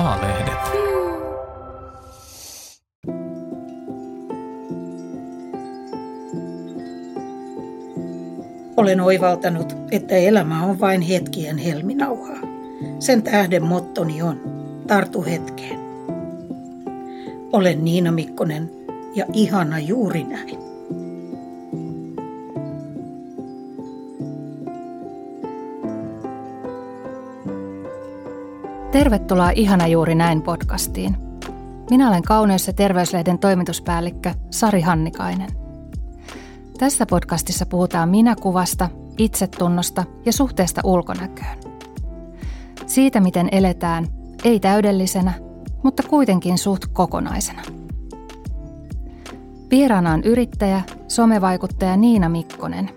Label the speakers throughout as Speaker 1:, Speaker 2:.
Speaker 1: A-lehdet.
Speaker 2: Olen oivaltanut, että elämä on vain hetkien helminauhaa. Sen tähden mottoni on, tartu hetkeen. Olen Niina Mikkonen ja ihana juuri näin.
Speaker 3: Tervetuloa Ihana juuri näin podcastiin. Minä olen Kauneus- ja terveyslehden toimituspäällikkö Sari Hannikainen. Tässä podcastissa puhutaan minäkuvasta, itsetunnosta ja suhteesta ulkonäköön. Siitä, miten eletään, ei täydellisenä, mutta kuitenkin suht kokonaisena. Vieraana on yrittäjä, somevaikuttaja Niina Mikkonen.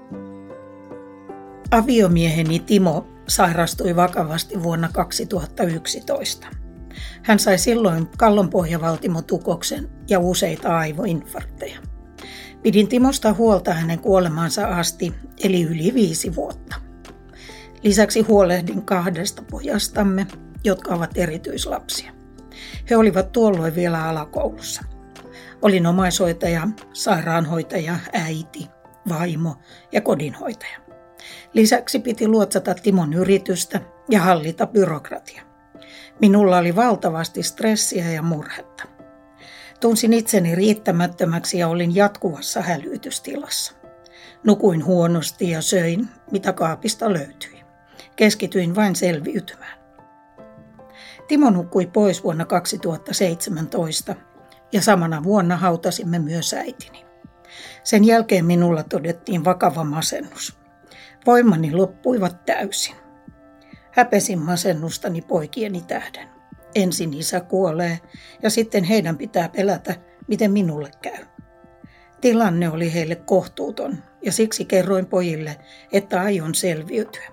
Speaker 2: Aviomieheni Timo sairastui vakavasti vuonna 2011. Hän sai silloin kallonpohjavaltimotukoksen ja useita aivoinfarkteja. Pidin Timosta huolta hänen kuolemaansa asti, eli yli 5 vuotta. Lisäksi huolehdin 2 pojastamme, jotka ovat erityislapsia. He olivat tuolloin vielä alakoulussa. Olin omaishoitaja, sairaanhoitaja, äiti, vaimo ja kodinhoitaja. Lisäksi piti luotsata Timon yritystä ja hallita byrokratia. Minulla oli valtavasti stressiä ja murhetta. Tunsin itseni riittämättömäksi ja olin jatkuvassa hälytystilassa. Nukuin huonosti ja söin, mitä kaapista löytyi. Keskityin vain selviytymään. Timo nukkui pois vuonna 2017 ja samana vuonna hautasimme myös äitini. Sen jälkeen minulla todettiin vakava masennus. Voimani loppuivat täysin. Häpesin masennustani poikieni tähden. Ensin isä kuolee ja sitten heidän pitää pelätä, miten minulle käy. Tilanne oli heille kohtuuton ja siksi kerroin pojille, että aion selviytyä.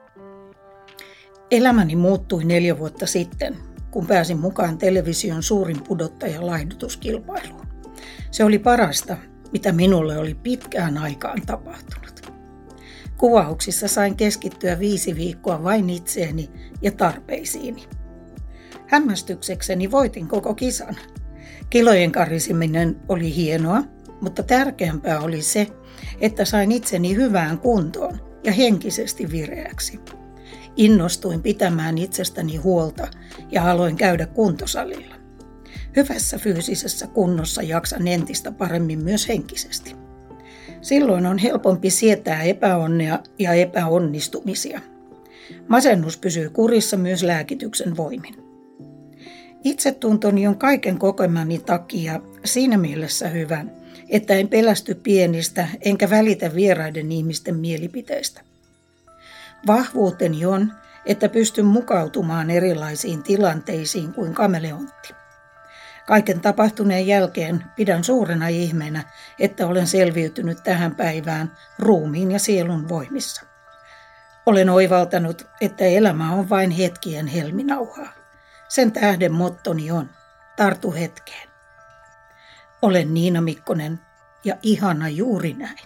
Speaker 2: Elämäni muuttui 4 vuotta sitten, kun pääsin mukaan television suurin pudottaja laihdutuskilpailuun. Se oli parasta, mitä minulle oli pitkään aikaan tapahtunut. Kuvauksissa sain keskittyä 5 viikkoa vain itseeni ja tarpeisiini. Hämmästyksekseni voitin koko kisan. Kilojen karisiminen oli hienoa, mutta tärkeämpää oli se, että sain itseni hyvään kuntoon ja henkisesti vireäksi. Innostuin pitämään itsestäni huolta ja aloin käydä kuntosalilla. Hyvässä fyysisessä kunnossa jaksan entistä paremmin myös henkisesti. Silloin on helpompi sietää epäonnea ja epäonnistumisia. Masennus pysyy kurissa myös lääkityksen voimin. Itsetuntoni on kaiken kokemani takia siinä mielessä hyvä, että en pelästy pienistä enkä välitä vieraiden ihmisten mielipiteistä. Vahvuuteni on, että pystyn mukautumaan erilaisiin tilanteisiin kuin kameleontti. Kaiken tapahtuneen jälkeen pidän suurena ihmeenä, että olen selviytynyt tähän päivään ruumiin ja sielun voimissa. Olen oivaltanut, että elämä on vain hetkien helminauhaa. Sen tähden mottoni on, tartu hetkeen. Olen Niina Mikkonen ja ihana juuri näin.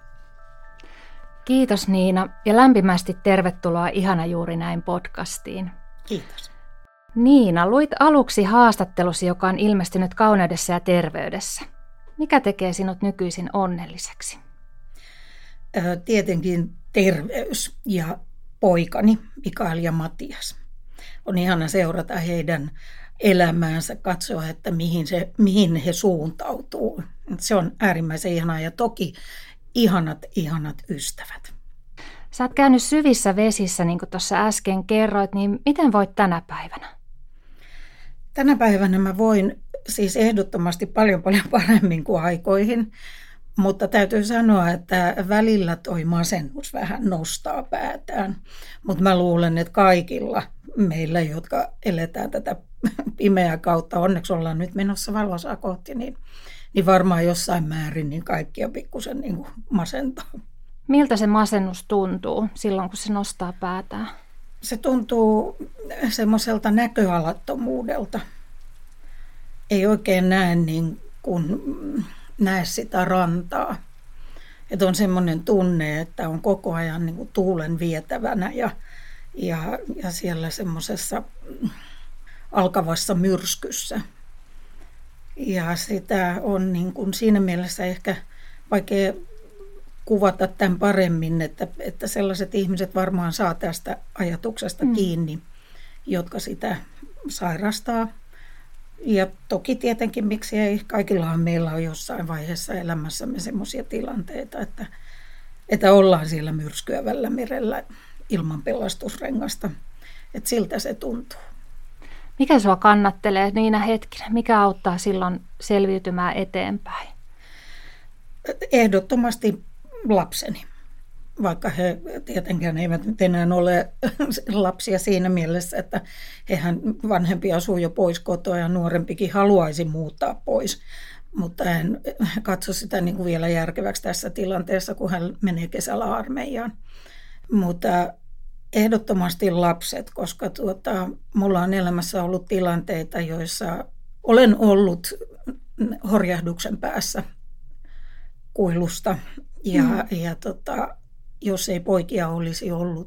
Speaker 3: Kiitos Niina ja lämpimästi tervetuloa Ihana juuri näin podcastiin.
Speaker 2: Kiitos.
Speaker 3: Niina, luit aluksi haastattelusi, joka on ilmestynyt Kauneudessa ja terveydessä. Mikä tekee sinut nykyisin onnelliseksi?
Speaker 2: Tietenkin terveys ja poikani Mikael ja Matias. On ihana seurata heidän elämäänsä, katsoa, että mihin he suuntautuu. Se on äärimmäisen ihanaa ja toki ihanat ystävät.
Speaker 3: Sä oot käynyt syvissä vesissä, niin kuin tuossa äsken kerroit, niin miten voit tänä päivänä?
Speaker 2: Tänä päivänä mä voin siis ehdottomasti paljon paremmin kuin aikoihin, mutta täytyy sanoa, että välillä toi masennus vähän nostaa päätään. Mutta mä luulen, että kaikilla meillä, jotka eletään tätä pimeää kautta, onneksi ollaan nyt menossa valoisaa kohti, niin varmaan jossain määrin niin kaikkia pikkusen niin kuin masentaa.
Speaker 3: Miltä se masennus tuntuu silloin, kun se nostaa päätään?
Speaker 2: Se tuntuu semmoiselta näköalattomuudelta. Ei oikein näe sitä rantaa. Että on semmoinen tunne, että on koko ajan niin kuin tuulen vietävänä ja siellä semmoisessa alkavassa myrskyssä. Ja sitä on niin kuin siinä mielessä ehkä vaikea kuvata tämän paremmin, että sellaiset ihmiset varmaan saa tästä ajatuksesta kiinni, jotka sitä sairastaa. Ja toki tietenkin, miksi ei, kaikillahan meillä on jossain vaiheessa elämässämme semmoisia tilanteita, että ollaan siellä myrskyävällä merellä ilman pelastusrengasta. Että siltä se tuntuu.
Speaker 3: Mikä sua kannattelee niinä hetkinä? Mikä auttaa silloin selviytymään eteenpäin?
Speaker 2: Ehdottomasti lapseni. Vaikka he tietenkään eivät nyt enää ole lapsia siinä mielessä, että hehän vanhempi asuu jo pois kotoa ja nuorempikin haluaisi muuttaa pois. Mutta en katso sitä niin kuin vielä järkeväksi tässä tilanteessa, kun hän menee kesällä armeijaan. Mutta ehdottomasti lapset, koska mulla on elämässä ollut tilanteita, joissa olen ollut horjahduksen päässä kuilusta. Ja jos ei poikia olisi ollut,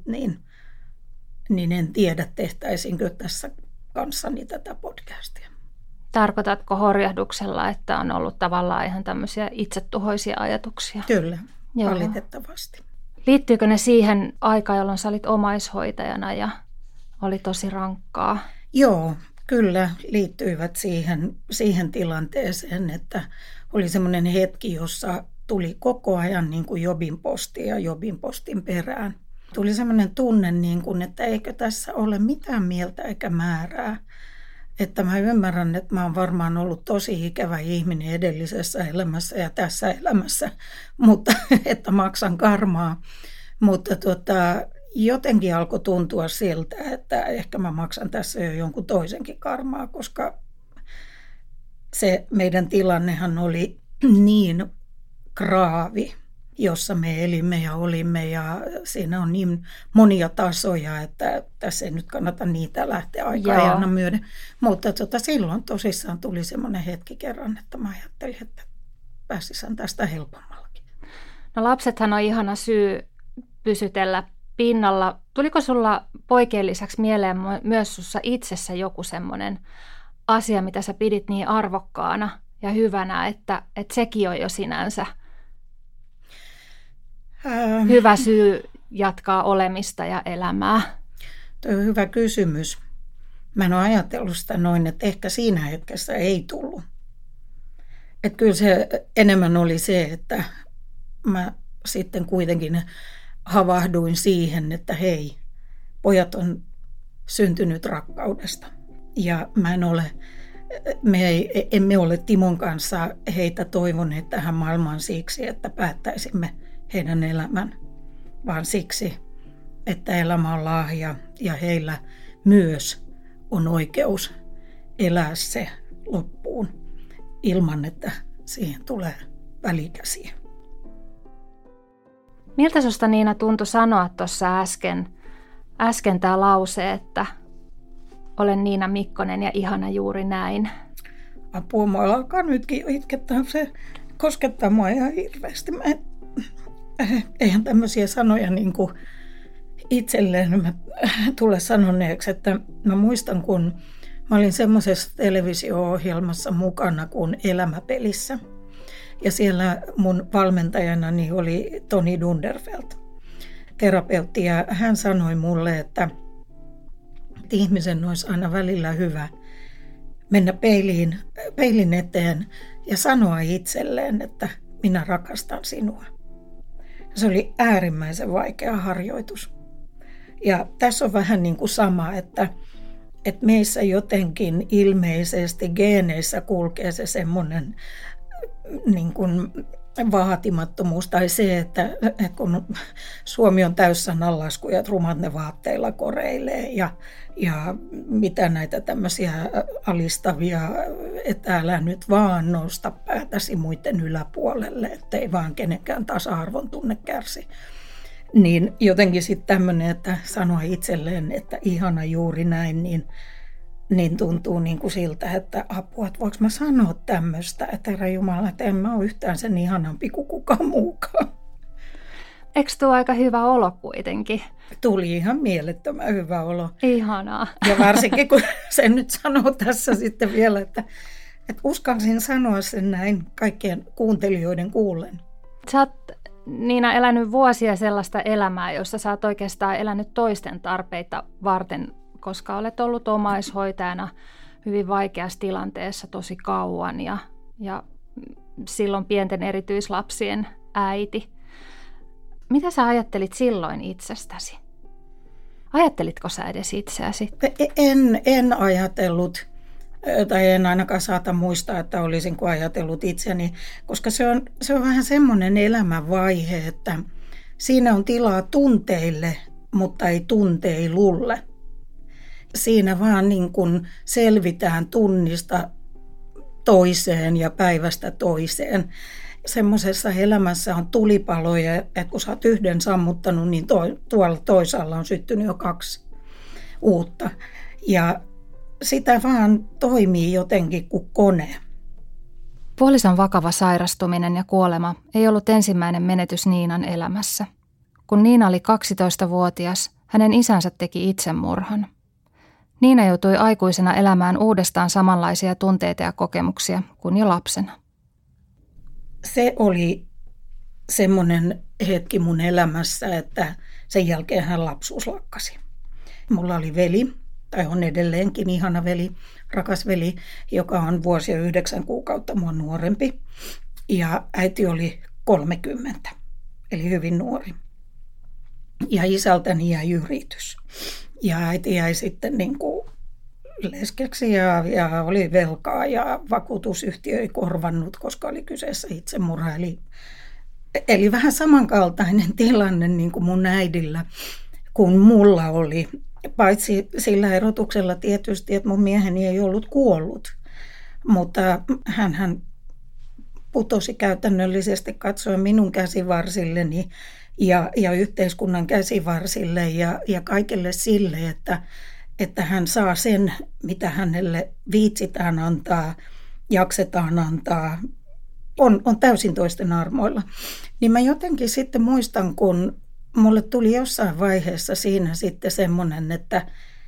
Speaker 2: niin en tiedä, tehtäisinkö tässä kanssani tätä podcastia.
Speaker 3: Tarkoitatko horjahduksella, että on ollut tavallaan ihan tämmöisiä itsetuhoisia ajatuksia?
Speaker 2: Kyllä, valitettavasti.
Speaker 3: Liittyykö ne siihen aikaan, jolloin sä olit omaishoitajana ja oli tosi rankkaa?
Speaker 2: Joo, kyllä liittyivät siihen tilanteeseen, että oli semmoinen hetki, jossa tuli koko ajan niin kuin Jobin posti ja Jobin postin perään. Tuli semmoinen tunne, niin kuin, että eikö tässä ole mitään mieltä eikä määrää. Että mä ymmärrän, että mä oon varmaan ollut tosi ikävä ihminen edellisessä elämässä ja tässä elämässä, mutta että maksan karmaa. Mutta jotenkin alkoi tuntua siltä, että ehkä mä maksan tässä jo jonkun toisenkin karmaa, koska se meidän tilannehan oli niin graavi, jossa me elimme ja olimme, ja siinä on niin monia tasoja, että tässä ei nyt kannata niitä lähteä aika myöden. Mutta silloin tosissaan tuli semmoinen hetki kerran, että mä ajattelin, että pääsisän tästä helpommallakin.
Speaker 3: No lapsethan on ihana syy pysytellä pinnalla. Tuliko sulla poikien lisäksi mieleen myös sussa itsessä joku semmoinen asia, mitä sä pidit niin arvokkaana ja hyvänä, että sekin on jo sinänsä hyvä syy jatkaa olemista ja elämää?
Speaker 2: Tuo on hyvä kysymys. Mä en ole ajatellut sitä noin, että ehkä siinä hetkessä ei tullut. Että kyllä se enemmän oli se, että mä sitten kuitenkin havahduin siihen, että hei, pojat on syntynyt rakkaudesta. Ja me emme ole Timon kanssa heitä toivoneet tähän maailmaan siksi, että päättäisimme heidän elämän, vaan siksi, että elämä on lahja ja heillä myös on oikeus elää se loppuun ilman, että siihen tulee välikäsiä.
Speaker 3: Miltä susta, Niina, tuntui sanoa tuossa äsken tämä lause, että olen Niina Mikkonen ja ihana juuri näin?
Speaker 2: Apua, mua alkaa nytkin jo itkettää. Se koskettaa mua ihan hirveästi. Eihän tämmöisiä sanoja niin kuin itselleen tule sanoneeksi, että mä muistan, kun mä olin semmoisessa televisio-ohjelmassa mukana kuin Elämäpelissä. Ja siellä mun valmentajana oli Toni Dunderfeld, terapeutti, ja hän sanoi mulle, että ihmisen olisi aina välillä hyvä mennä peilin eteen ja sanoa itselleen, että minä rakastan sinua. Se oli äärimmäisen vaikea harjoitus. Ja tässä on vähän niin kuin sama, että meissä jotenkin ilmeisesti geeneissä kulkee se semmoinen niin kuin vaatimattomuus tai se, että kun Suomi on täys sananlaskuja, että rumat ne vaatteilla koreilee ja mitä näitä tämmöisiä alistavia, että älä nyt vaan nosta päätäsi muiden yläpuolelle, ettei vaan kenenkään tasa-arvon tunne kärsi. Niin jotenkin sitten tämmöinen, että sanoa itselleen, että ihana juuri näin, niin tuntuu niin kuin siltä, että apua, että voinko mä sanoa tämmöistä, että herra Jumala, että en mä ole yhtään sen ihanampi kuin kukaan muukaan.
Speaker 3: eikö tuo aika hyvä olo kuitenkin?
Speaker 2: Tuli ihan mielettömän hyvä olo.
Speaker 3: Ihanaa.
Speaker 2: Ja varsinkin kun sen nyt sanoo tässä sitten vielä, että uskalsin sanoa sen näin kaikkien kuuntelijoiden kuullen.
Speaker 3: Sä oot, Niina, elänyt vuosia sellaista elämää, jossa sä oot oikeastaan elänyt toisten tarpeita varten, koska olet ollut omaishoitajana hyvin vaikeassa tilanteessa tosi kauan ja silloin pienten erityislapsien äiti. Mitä sä ajattelit silloin itsestäsi? Ajattelitko sä edes itseäsi?
Speaker 2: En ajatellut, tai en ainakaan saata muistaa, että olisinko ajatellut itseäni, koska se on vähän semmoinen elämänvaihe, että siinä on tilaa tunteille, mutta ei tunteilulle. Siinä vaan niin kuin selvitään tunnista toiseen ja päivästä toiseen. Semmoisessa elämässä on tulipaloja, että kun sä oot yhden sammuttanut, niin tuolla toisaalla on syttynyt jo 2 uutta. Ja sitä vaan toimii jotenkin kuin kone.
Speaker 3: Puolison vakava sairastuminen ja kuolema ei ollut ensimmäinen menetys Niinan elämässä. Kun Niina oli 12-vuotias, hänen isänsä teki itsemurhan. Niina joutui aikuisena elämään uudestaan samanlaisia tunteita ja kokemuksia kuin jo lapsena.
Speaker 2: Se oli semmoinen hetki mun elämässä, että sen jälkeen hän lapsuus lakkasi. Mulla oli veli, tai on edelleenkin ihana veli, rakas veli, joka on vuosia 9 kuukautta mua nuorempi. Ja äiti oli 30, eli hyvin nuori. Ja isältäni jäi yritys. Ja äiti jäi sitten niin kuin leskeksi ja oli velkaa ja vakuutusyhtiö ei korvannut, koska oli kyseessä itsemurha. Eli vähän samankaltainen tilanne niin kuin mun äidillä kuin mulla oli. Paitsi sillä erotuksella tietysti, että mun mieheni ei ollut kuollut, mutta hän putosi käytännöllisesti katsoen minun käsivarsilleni ja yhteiskunnan käsivarsille ja kaikille sille, että hän saa sen, mitä hänelle viitsitään antaa, jaksetaan antaa, on täysin toisten armoilla. Niin mä jotenkin sitten muistan, kun mulle tuli jossain vaiheessa siinä sitten semmoinen, että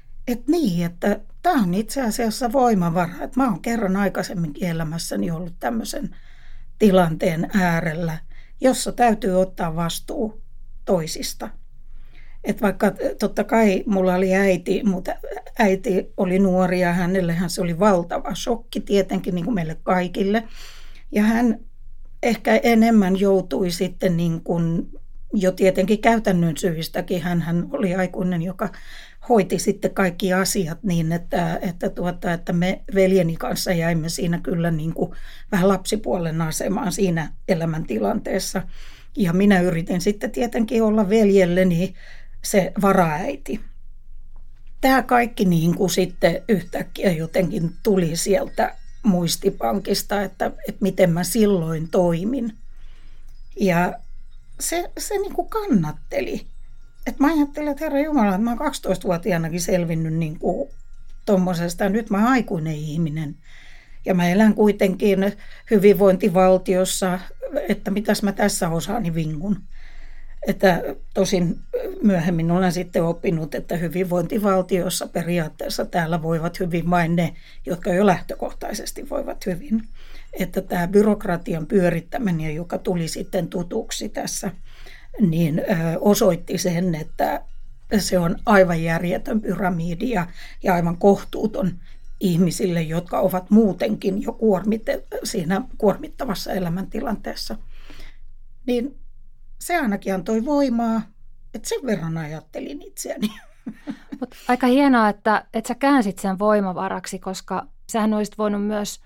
Speaker 2: tämä on itse asiassa voimavara. Että mä oon kerran aikaisemminkin elämässäni ollut tämmöisen tilanteen äärellä, jossa täytyy ottaa vastuu toisista. Että vaikka totta kai mulla oli äiti, mutta äiti oli nuori ja hänellehän se oli valtava shokki tietenkin niin kuin meille kaikille. Ja hän ehkä enemmän joutui sitten niin kuin jo tietenkin käytännön syistäkin. Hän oli aikuinen, joka hoiti sitten kaikki asiat niin, että me veljeni kanssa jäimme siinä kyllä niin kuin vähän lapsipuolen asemaan siinä elämäntilanteessa. Ja minä yritin sitten tietenkin olla veljelleni se varaäiti. Tämä kaikki niin kuin sitten yhtäkkiä jotenkin tuli sieltä muistipankista, että miten mä silloin toimin. Ja se niin kuin kannatteli. Että mä ajattelin, että Herra Jumala, että mä oon 12-vuotiaanakin selvinnyt niin kuin tommosesta. Nyt mä oon aikuinen ihminen. Ja mä elän kuitenkin hyvinvointivaltiossa, että mitäs mä tässä osaani vingun. Että tosin myöhemmin olen sitten oppinut, että hyvinvointivaltiossa periaatteessa täällä voivat hyvin vain ne, jotka jo lähtökohtaisesti voivat hyvin. Että tämä byrokratian pyörittäminen, joka tuli sitten tutuksi tässä, niin osoitti sen, että se on aivan järjetön pyramidi ja aivan kohtuuton ihmisille, jotka ovat muutenkin jo siinä kuormittavassa elämäntilanteessa. Niin se ainakin antoi voimaa, että sen verran ajattelin itseäni.
Speaker 3: Mut aika hienoa, että sä käänsit sen voimavaraksi, koska sähän olisit voinut myös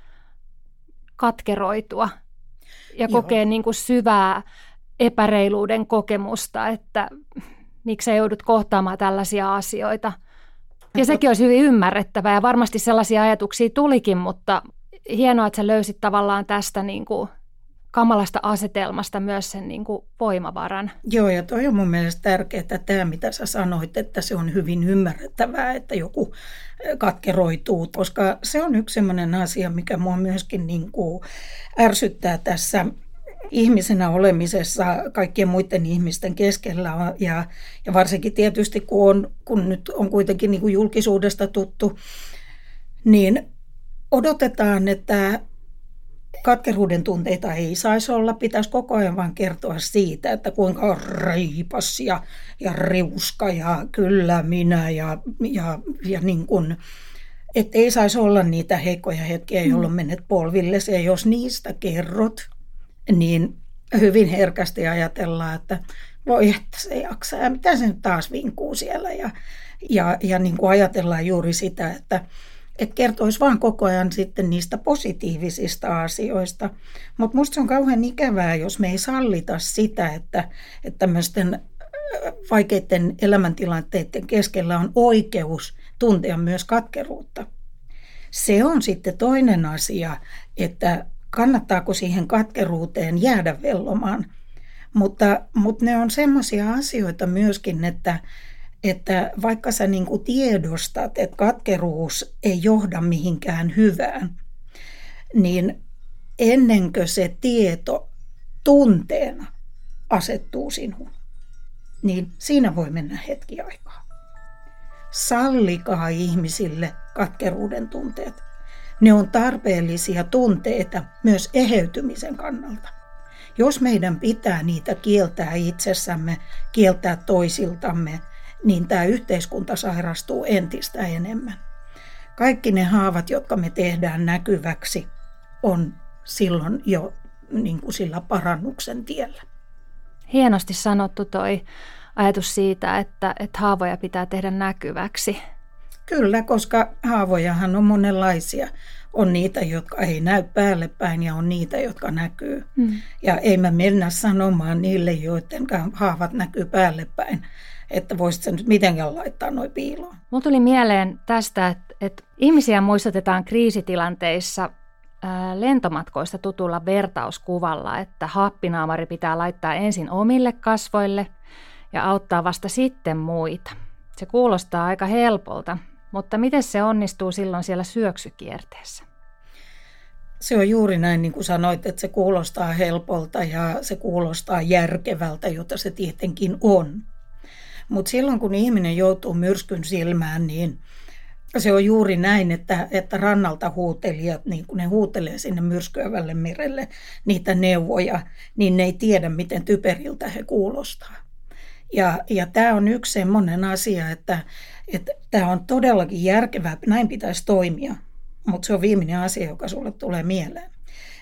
Speaker 3: katkeroitua ja kokea niin kuin syvää epäreiluuden kokemusta, että miksi sä joudut kohtaamaan tällaisia asioita. Ja sekin olisi hyvin ymmärrettävää ja varmasti sellaisia ajatuksia tulikin, mutta hienoa, että sä löysit tavallaan tästä niin kuin kamalasta asetelmasta myös sen niin kuin voimavaran.
Speaker 2: Joo, ja toi on mun mielestä tärkeää, tämä mitä sä sanoit, että se on hyvin ymmärrettävää, että joku katkeroituu, koska se on yksi sellainen asia, mikä mua myöskin niin kuin ärsyttää tässä ihmisenä olemisessa kaikkien muiden ihmisten keskellä ja varsinkin tietysti kun nyt on kuitenkin niin kuin julkisuudesta tuttu, niin odotetaan, että katkeruuden tunteita ei saisi olla. Pitäisi koko ajan vaan kertoa siitä, että kuinka on reipas ja riuska ja kyllä minä ja niin kuin, että ei saisi olla niitä heikkoja hetkiä, jolloin menet polvillesi. Ja jos niistä kerrot, niin hyvin herkästi ajatellaan, että voi että se jaksaa ja mitä se nyt taas vinkuu siellä. Ja niin kuin ajatellaan juuri sitä, että kertoisi vaan koko ajan sitten niistä positiivisista asioista. Mutta musta se on kauhean ikävää, jos me ei sallita sitä, että tämmöisten vaikeiden elämäntilanteiden keskellä on oikeus tuntea myös katkeruutta. Se on sitten toinen asia, että kannattaako siihen katkeruuteen jäädä vellomaan. Mutta ne on semmoisia asioita myöskin, että vaikka sä niin kuin tiedostat, että katkeruus ei johda mihinkään hyvään, niin ennen kuin se tieto tunteena asettuu sinuun, niin siinä voi mennä hetki aikaa. Sallikaa ihmisille katkeruuden tunteet. Ne on tarpeellisia tunteita myös eheytymisen kannalta. Jos meidän pitää niitä kieltää itsessämme, kieltää toisiltamme, niin tämä yhteiskunta sairastuu entistä enemmän. Kaikki ne haavat, jotka me tehdään näkyväksi, on silloin jo niin kuin sillä parannuksen tiellä.
Speaker 3: Hienosti sanottu toi ajatus siitä, että haavoja pitää tehdä näkyväksi.
Speaker 2: Kyllä, koska haavojahan on monenlaisia. On niitä, jotka ei näy päälle päin ja on niitä, jotka näkyy. Ja ei mä mennä sanomaan niille, joiden haavat näkyy päälle päin, että voisit sä nyt mitenkään laittaa noi piiloon.
Speaker 3: Mulla tuli mieleen tästä, että ihmisiä muistutetaan kriisitilanteissa lentomatkoista tutulla vertauskuvalla, että happinaamari pitää laittaa ensin omille kasvoille ja auttaa vasta sitten muita. Se kuulostaa aika helpolta, mutta miten se onnistuu silloin siellä syöksykierteessä?
Speaker 2: Se on juuri näin, niin kuin sanoit, että se kuulostaa helpolta ja se kuulostaa järkevältä, jota se tietenkin on. Mutta silloin, kun ihminen joutuu myrskyn silmään, niin se on juuri näin, että rannalta huutelijat, niin kun ne huutelee sinne myrskyävälle merelle niitä neuvoja, niin ne ei tiedä, miten typeriltä he kuulostaa. Ja tämä on yksi semmoinen asia, että tämä on todellakin järkevää, näin pitäisi toimia, mutta se on viimeinen asia, joka sulle tulee mieleen.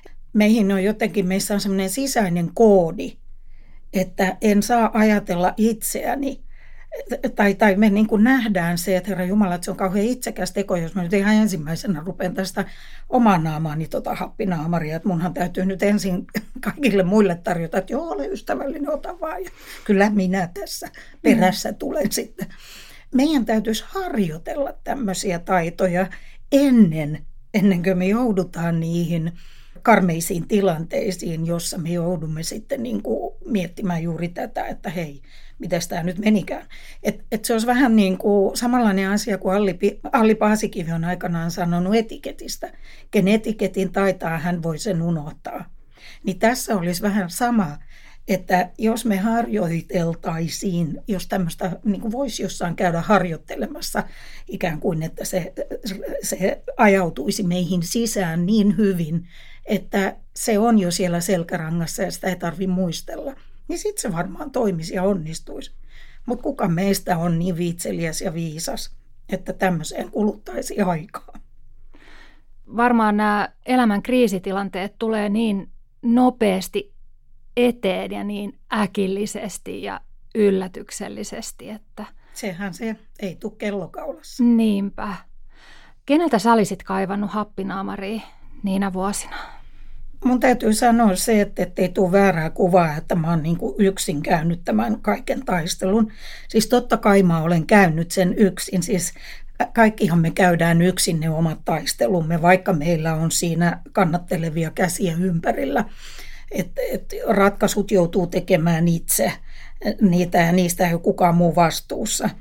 Speaker 2: Meissä on semmoinen sisäinen koodi, että en saa ajatella itseäni, tai me niin kuin nähdään se, että Herra Jumala, että se on kauhean itsekäs teko, jos mä nyt ihan ensimmäisenä rupean tästä omaa naamaani happinaamaria, että munhan täytyy nyt ensin kaikille muille tarjota, että joo, ole ystävällinen, ota vaan, ja kyllä minä tässä perässä tulen sitten. Meidän täytyisi harjoitella tämmöisiä taitoja ennen kuin me joudutaan niihin karmeisiin tilanteisiin, jossa me joudumme sitten niin kuin miettimään juuri tätä, että hei, mitäs tämä nyt menikään. Et se olisi vähän niin kuin samanlainen asia kuin Alli Paasikivi on aikanaan sanonut etiketistä. Ken etiketin taitaa, hän voi sen unohtaa. Niin tässä olisi vähän sama, että jos me harjoiteltaisiin, jos tämmöistä niin kuin voisi jossain käydä harjoittelemassa ikään kuin, että se ajautuisi meihin sisään niin hyvin, että se on jo siellä selkärangassa ja sitä ei tarvitse muistella, niin sitten se varmaan toimisi ja onnistuisi. Mutta kuka meistä on niin viitseliäs ja viisas, että tämmöiseen kuluttaisi aikaa?
Speaker 3: Varmaan nämä elämän kriisitilanteet tulee niin nopeasti eteen ja niin äkillisesti ja yllätyksellisesti, että...
Speaker 2: Sehän se ei tule kellokaulassa.
Speaker 3: Niinpä. Keneltä sä olisit kaivannut happinaamaria niinä vuosina?
Speaker 2: Mun täytyy sanoa se, että ei tule väärää kuvaa, että mä oon niin kuin yksin käynyt tämän kaiken taistelun. Siis totta kai mä olen käynyt sen yksin. Siis kaikkihan me käydään yksin ne omat taistelumme, vaikka meillä on siinä kannattelevia käsiä ympärillä. Että ratkaisut joutuu tekemään itse, niistä ei ole kukaan muu vastuussa.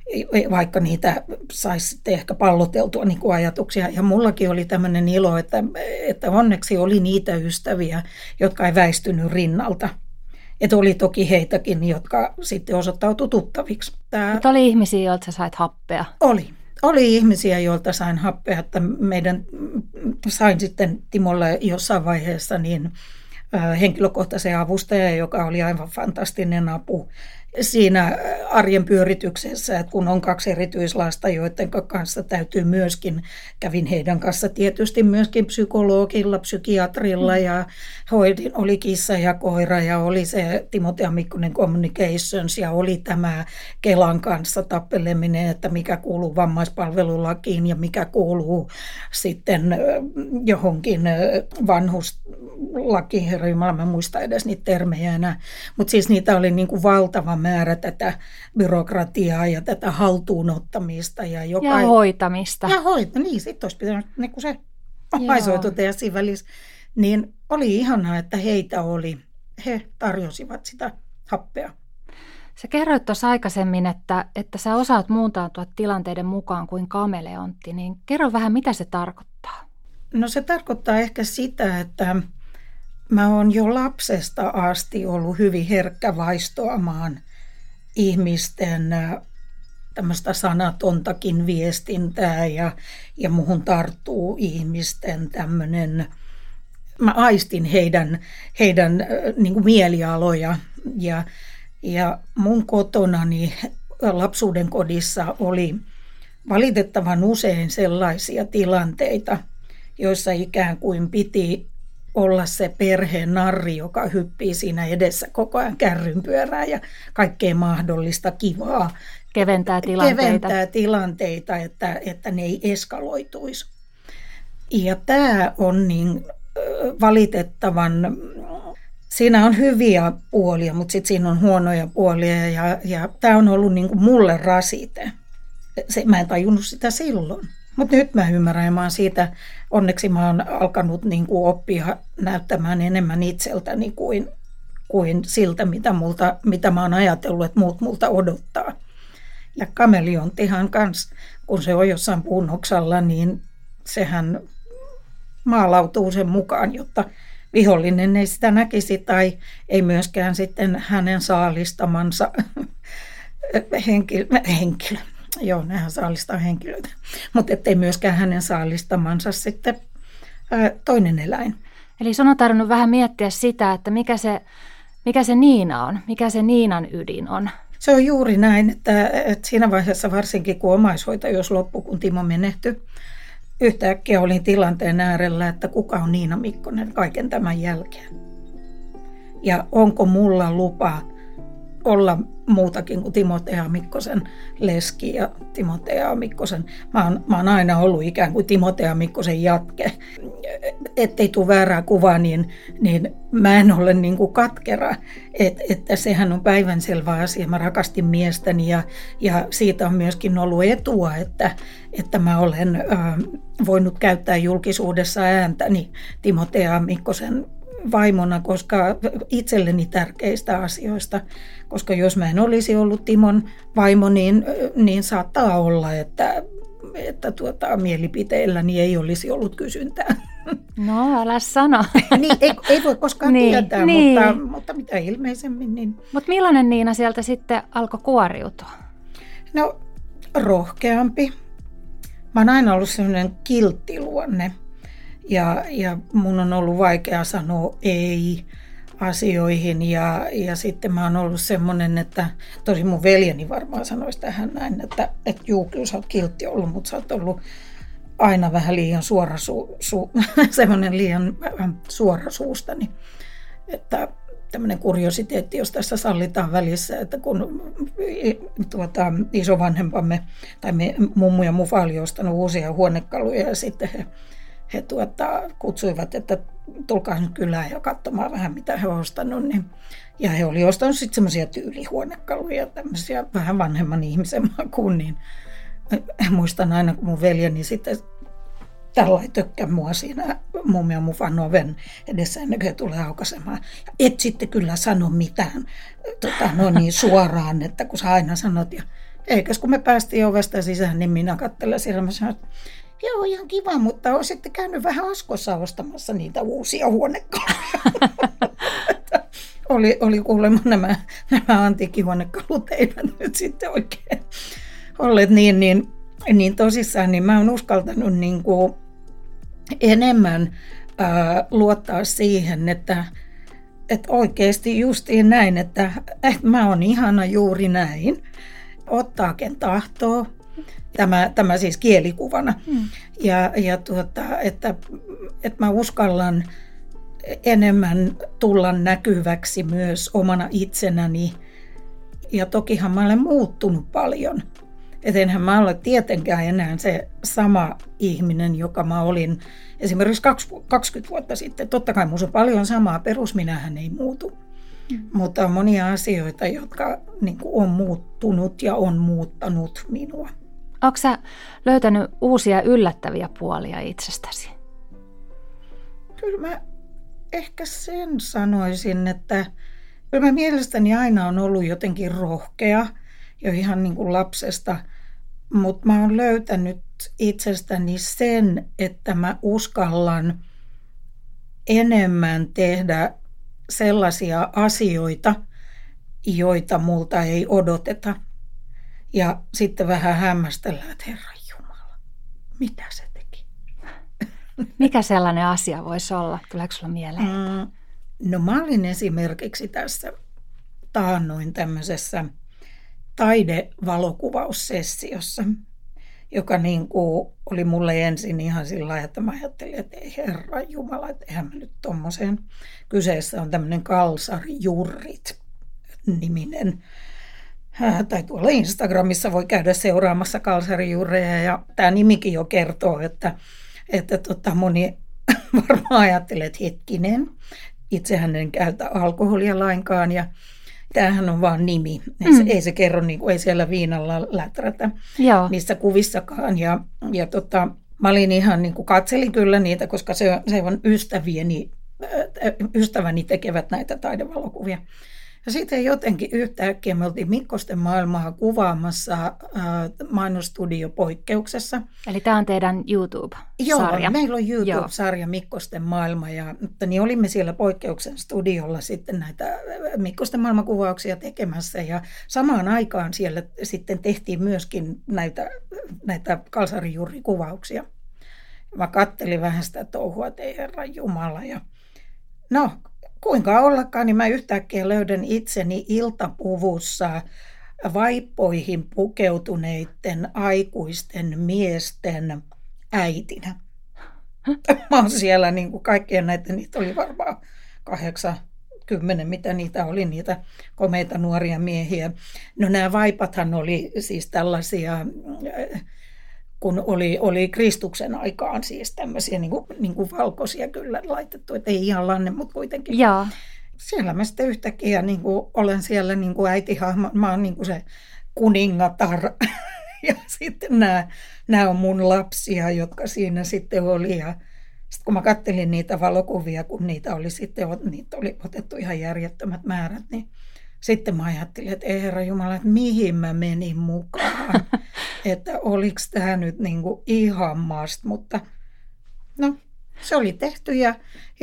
Speaker 2: vaikka niitä saisi sitten ehkä palloteltua niin kuin ajatuksia. Ja mullakin oli tämmöinen ilo, että onneksi oli niitä ystäviä, jotka ei väistynyt rinnalta. Että oli toki heitäkin, jotka sitten osoittautui tuttaviksi.
Speaker 3: Mutta oli ihmisiä, joilta sä sait happea?
Speaker 2: Oli ihmisiä, joilta sain happea, että sain sitten Timolle jossain vaiheessa niin henkilökohtaisen avustajan, joka oli aivan fantastinen apu siinä arjen pyörityksessä, että kun on 2 erityislasta, joiden kanssa täytyy myöskin, kävin heidän kanssa tietysti myöskin psykologilla, psykiatrilla ja oli kissa ja koira ja oli se Timothea Mikkonen Communications ja oli tämä Kelan kanssa tappeleminen, että mikä kuuluu vammaispalvelulakiin ja mikä kuuluu sitten johonkin vanhuslakiin, herra Jumala, mä en muista edes niitä termejä enää, mutta siis niitä oli niin kuin valtava määrä tätä byrokratiaa ja tätä haltuunottamista. Ja
Speaker 3: hoitamista.
Speaker 2: Niin, sitten olisi pitänyt niin kuin se omaishoito tehdä siinä välissä. Niin oli ihanaa, että heitä oli. He tarjosivat sitä happea.
Speaker 3: Sä kerroit tuossa aikaisemmin, että sä osaat muuntautua tilanteiden mukaan kuin kameleontti, niin kerro vähän, mitä se tarkoittaa.
Speaker 2: No se tarkoittaa ehkä sitä, että mä oon jo lapsesta asti ollut hyvin herkkä vaistoamaan ihmisten tämmöistä sanatontakin viestintää ja muhun tarttuu ihmisten tämmöinen, mä aistin heidän niin kuin mielialoja ja mun kotonani lapsuuden kodissa oli valitettavan usein sellaisia tilanteita, joissa ikään kuin piti olla se perheen narri, joka hyppii siinä edessä koko ajan kärrynpyörää ja kaikkea mahdollista kivaa.
Speaker 3: Keventää
Speaker 2: tilanteita, että ne ei eskaloituisi. Ja tämä on niin valitettavan, siinä on hyviä puolia, mutta sitten siinä on huonoja puolia ja tämä on ollut niin kuin mulle rasite. Mä en tajunnut sitä silloin. Mutta nyt mä ymmärrän ja mä oon siitä, onneksi mä oon alkanut niin kuin oppia näyttämään enemmän itseltäni kuin siltä, mitä mä oon ajatellut, että muut multa odottaa. Ja kameleonttihan kanssa, kun se on jossain puun oksalla, niin sehän maalautuu sen mukaan, jotta vihollinen ei sitä näkisi tai ei myöskään sitten hänen saalistamansa henkilö. Joo, nehän saalistaa henkilöitä, mutta ettei myöskään hänen saalistamansa sitten toinen eläin.
Speaker 3: Eli sun on tarvinnut vähän miettiä sitä, että mikä se Niina on, mikä se Niinan ydin on.
Speaker 2: Se on juuri näin, että siinä vaiheessa varsinkin kun omaishoitajuus loppui, kun Timo menehtyi, yhtäkkiä olin tilanteen äärellä, että kuka on Niina Mikkonen kaiken tämän jälkeen. Ja onko mulla lupa muutakin kuin Timothea Mikkosen leski ja Timothea Mikkosen. Mä oon aina ollut ikään kuin Timothea Mikkosen jatke. Ettei tule väärää kuvaa, niin mä en ole niin kuin katkera. Että sehän on päivänselvä asia. Mä rakastin miestäni ja siitä on myöskin ollut etua, että mä olen voinut käyttää julkisuudessa ääntäni Timothea Mikkosen vaimona, koska itselleni tärkeistä asioista, koska jos mä en olisi ollut Timon vaimo, niin saattaa olla, että mielipiteilläni ei olisi ollut kysyntää.
Speaker 3: No, älä sano.
Speaker 2: Niin, ei voi koskaan tietää, mutta mitä ilmeisemmin. Niin.
Speaker 3: Mutta millainen Niina sieltä sitten alkoi kuoriutua?
Speaker 2: No, rohkeampi. Mä oon aina ollut sellainen kilttiluonne. Ja mun on ollut vaikea sanoa ei asioihin ja sitten mä oon ollut semmoinen, että tosi mun veljeni varmaan sanoisi tähän näin, että juu, kyllä sä oot kiltti ollut, mutta sä oot ollut aina vähän liian semmoinen liian suorasuustani. Että tämmöinen kuriositeetti, jos tässä sallitaan välissä, että kun isovanhempamme tai mummu ja mufa oli ostanut uusia huonekaluja ja sitten he kutsuivat, että tulkaa nyt kylään ja katsomaan vähän, mitä he on ostanut. Niin. Ja he oli ostanut sitten semmoisia tyylihuonekaluja, tämmöisiä vähän vanhemman ihmisen makuun. Niin muistan aina, kun mun veljeni sitten tällainen tökkä mua siinä mummi ja mufan oven edessä ennen kuin he tulee aukaisemaan. Ja et sitten kyllä sano mitään niin suoraan, että kun sä aina sanot. Ja Eikä kun me päästiin ovesta sisään, niin minä katselen siellä, mä sanoin, että joo, ihan kiva, mutta on sitten käynyt vähän Askossa ostamassa niitä uusia huonekaluja. oli kuulemma nämä antiikkihuonekalut eivät nyt sitten oikein olleet niin tosissaan, niin mä oon uskaltanut niin kuin enemmän luottaa siihen, että oikeasti justiin näin, että mä oon ihana juuri näin. Ottaa ken tahtoo. Tämä siis kielikuvana. Että mä uskallan enemmän tulla näkyväksi myös omana itsenäni. Ja tokihan mä olen muuttunut paljon. Et enhän mä ole tietenkään enää se sama ihminen, joka mä olin esimerkiksi 20 vuotta sitten. Totta kai minussa on paljon samaa, perusminähän ei muutu. Mutta on monia asioita, jotka niin kuin on muuttunut ja on muuttanut minua.
Speaker 3: Oletko sä löytänyt uusia yllättäviä puolia itsestäsi?
Speaker 2: Kyllä mä ehkä sen sanoisin, että kyllä mä mielestäni aina on ollut jotenkin rohkea jo ihan niin kuin lapsesta, mutta mä oon löytänyt itsestäni sen, että mä uskallan enemmän tehdä sellaisia asioita, joita multa ei odoteta. Ja sitten vähän hämmästellään, että Herran Jumala, mitä se teki?
Speaker 3: Mikä sellainen asia voisi olla? Tuleeko sulla mieleen?
Speaker 2: No mä olin esimerkiksi tässä taannoin tämmöisessä taidevalokuvaussessiossa, joka niin kuin oli mulle ensin ihan sillä lailla, että mä ajattelin, että ei Herran Jumala, että eihän mä nyt tommoseen. Kyseessä on tämmöinen Kalsari Jurrit-niminen. Tai tuolla Instagramissa voi käydä seuraamassa Kalsari Jurreja, ja tämä nimikin jo kertoo, että moni varmaan ajattelee, että hetkinen, itsehän en käytä alkoholia lainkaan, ja tämähän on vaan nimi. Ei se kerro, niin kuin, ei siellä viinalla läträtä niissä kuvissakaan. Ja mä olin ihan niin kuin katselin kyllä niitä, koska se on ystäväni tekevät näitä taidevalokuvia. Ja sitten jotenkin yhtäkkiä me oltiin Mikkosten maailmaa kuvaamassa mainosstudiopoikkeuksessa.
Speaker 3: Eli tämä on teidän YouTube-sarja.
Speaker 2: Joo, meillä on YouTube-sarja Mikkosten maailma. Niin olimme siellä poikkeuksen studiolla sitten näitä Mikkosten maailmakuvauksia tekemässä. Ja samaan aikaan siellä sitten tehtiin myöskin näitä Kalsarin Jurri-kuvauksia. Mä kattelin vähän sitä touhua, että ei Herran Jumala. Ja no, kuinka ollakaan, niin mä yhtäkkiä löydän itseni iltapuvussa vaippoihin pukeutuneiden aikuisten miesten äitinä. Mä oon siellä niin kuin kaikkien näitä, niitä oli varmaan 8-10, mitä niitä oli, niitä komeita nuoria miehiä. No nämä vaipathan oli siis tällaisia, kun oli Kristuksen aikaan siis tämmöisiä niin kuin valkoisia kyllä laitettu, että ei ihan lanne, mutta kuitenkin.
Speaker 3: Jaa.
Speaker 2: Siellä mä sitten yhtäkkiä niin kuin olen siellä niin kuin äitihahmo, mä oon niin kuin se kuningatar ja sitten nämä on mun lapsia, jotka siinä sitten oli. Ja sitten kun mä kattelin niitä valokuvia, kun niitä oli otettu ihan järjettömät määrät, niin sitten mä ajattelin, että ei Herra Jumala, että mihin mä menin mukaan, että oliko tämä nyt niin kuin ihan maasta, mutta no se oli tehty ja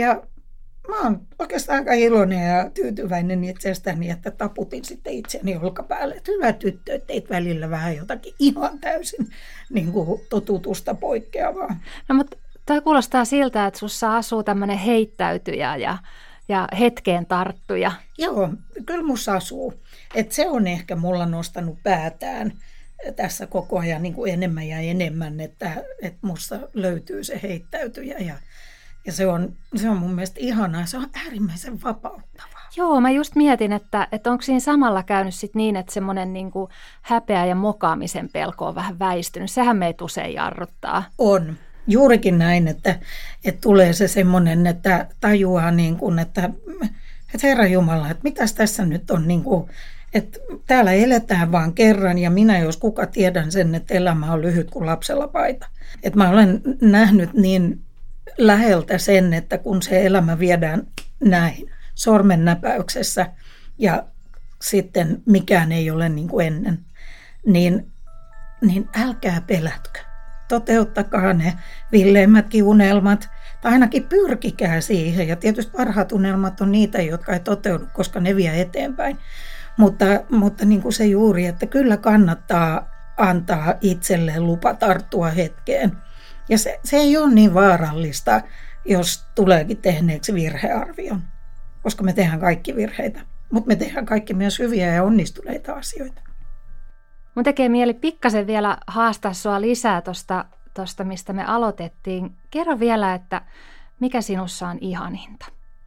Speaker 2: mä oon oikeastaan aika iloinen ja tyytyväinen itsestäni, että taputin sitten itseäni olkapäälle, että hyvä tyttö, että teit välillä vähän jotakin ihan täysin niin kuin totutusta poikkeavaa.
Speaker 3: No mutta toi kuulostaa siltä, että sussa asuu tämmöinen heittäytyjä ja hetkeen tarttuja.
Speaker 2: Joo, kyllä musta asuu. Et se on ehkä mulla nostanut päätään tässä koko ajan niin kuin enemmän ja enemmän, että musta löytyy se heittäytyjä ja se on mun mielestä ihanaa, se on äärimmäisen vapauttavaa.
Speaker 3: Joo, mä just mietin, että onko siinä samalla käynyt sit niin, että semmoinen niin kuin häpeä ja mokaamisen pelko on vähän väistynyt. Sehän meitä usein jarruttaa.
Speaker 2: On. Juurikin näin, että tulee se semmoinen, että tajuaa, niin kuin, että Herra Jumala, että mitäs tässä nyt on, niin kuin, että täällä eletään vaan kerran ja minä jos kuka tiedän sen, että elämä on lyhyt kuin lapsella paita. Että mä olen nähnyt niin läheltä sen, että kun se elämä viedään näin sormen näpäyksessä ja sitten mikään ei ole niin kuin ennen. niin älkää pelätkö. Toteuttakaa ne villeimmätkin unelmat, tai ainakin pyrkikää siihen. Ja tietysti parhaat unelmat on niitä, jotka ei toteudu, koska ne vie eteenpäin. Mutta niin kuin se juuri, että kyllä kannattaa antaa itselleen lupa tarttua hetkeen. Ja se ei ole niin vaarallista, jos tuleekin tehneeksi virhearvion, koska me tehdään kaikki virheitä. Mutta me tehdään kaikki myös hyviä ja onnistuneita asioita.
Speaker 3: Mun tekee mieli pikkasen vielä haastaa sua lisää tuosta, mistä me aloitettiin. Kerro vielä, että mikä sinussa on ihaninta?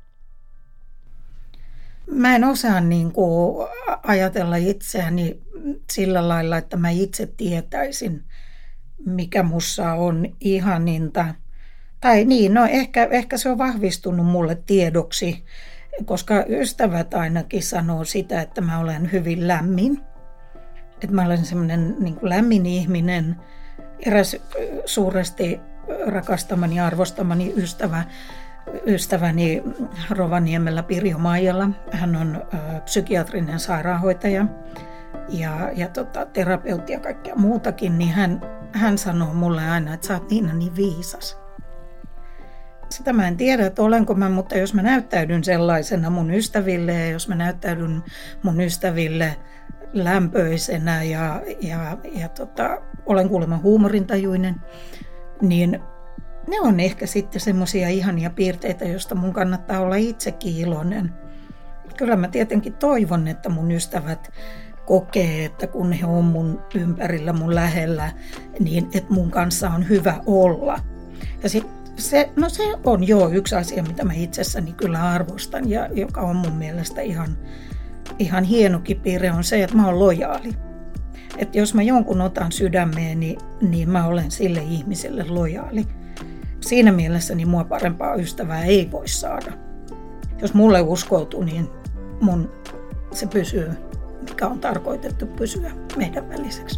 Speaker 2: Mä en osaa ajatella itseäni sillä lailla, että mä itse tietäisin, mikä mussa on ihaninta. Tai niin, ehkä se on vahvistunut mulle tiedoksi, koska ystävät ainakin sanoo sitä, että mä olen hyvin lämmin. Että mä olen semmoinen lämmin ihminen. Eräs suuresti rakastamani ja arvostamani ystäväni Rovaniemellä Pirjo Maijala. Hän on psykiatrinen sairaanhoitaja ja terapeutti ja kaikkea muutakin. Niin hän sanoo mulle aina, että sä oot Niina niin viisas. Sitä mä en tiedä, että olenko mä, mutta jos mä näyttäydyn sellaisena mun ystäville ja jos mä näyttäydyn mun ystäville lämpöisenä ja olen kuulemma huumorintajuinen, niin ne on ehkä sitten semmoisia ihania piirteitä, joista mun kannattaa olla itsekin iloinen. Kyllä mä tietenkin toivon, että mun ystävät kokee, että kun he on mun ympärillä, mun lähellä, niin että mun kanssa on hyvä olla. Ja se on jo yksi asia, mitä mä itsessäni kyllä arvostan ja joka on mun mielestä ihan hienokin piirre on se, että mä oon lojaali. Että jos mä jonkun otan sydämeeni, niin mä olen sille ihmiselle lojaali. Siinä mielessä niin mua parempaa ystävää ei voi saada. Jos mulle uskoutuu, niin se pysyy, mikä on tarkoitettu pysyä meidän väliseksi.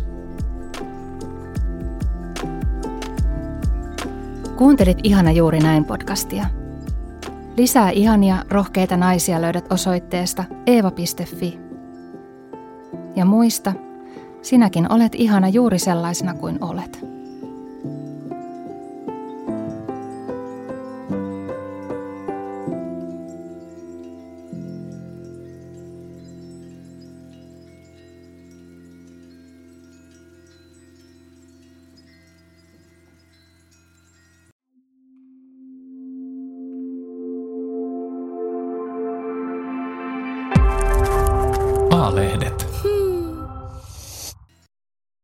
Speaker 3: Kuuntelit Ihana juuri näin -podcastia. Lisää ihania, rohkeita naisia löydät osoitteesta eeva.fi. Ja muista, sinäkin olet ihana juuri sellaisena kuin olet.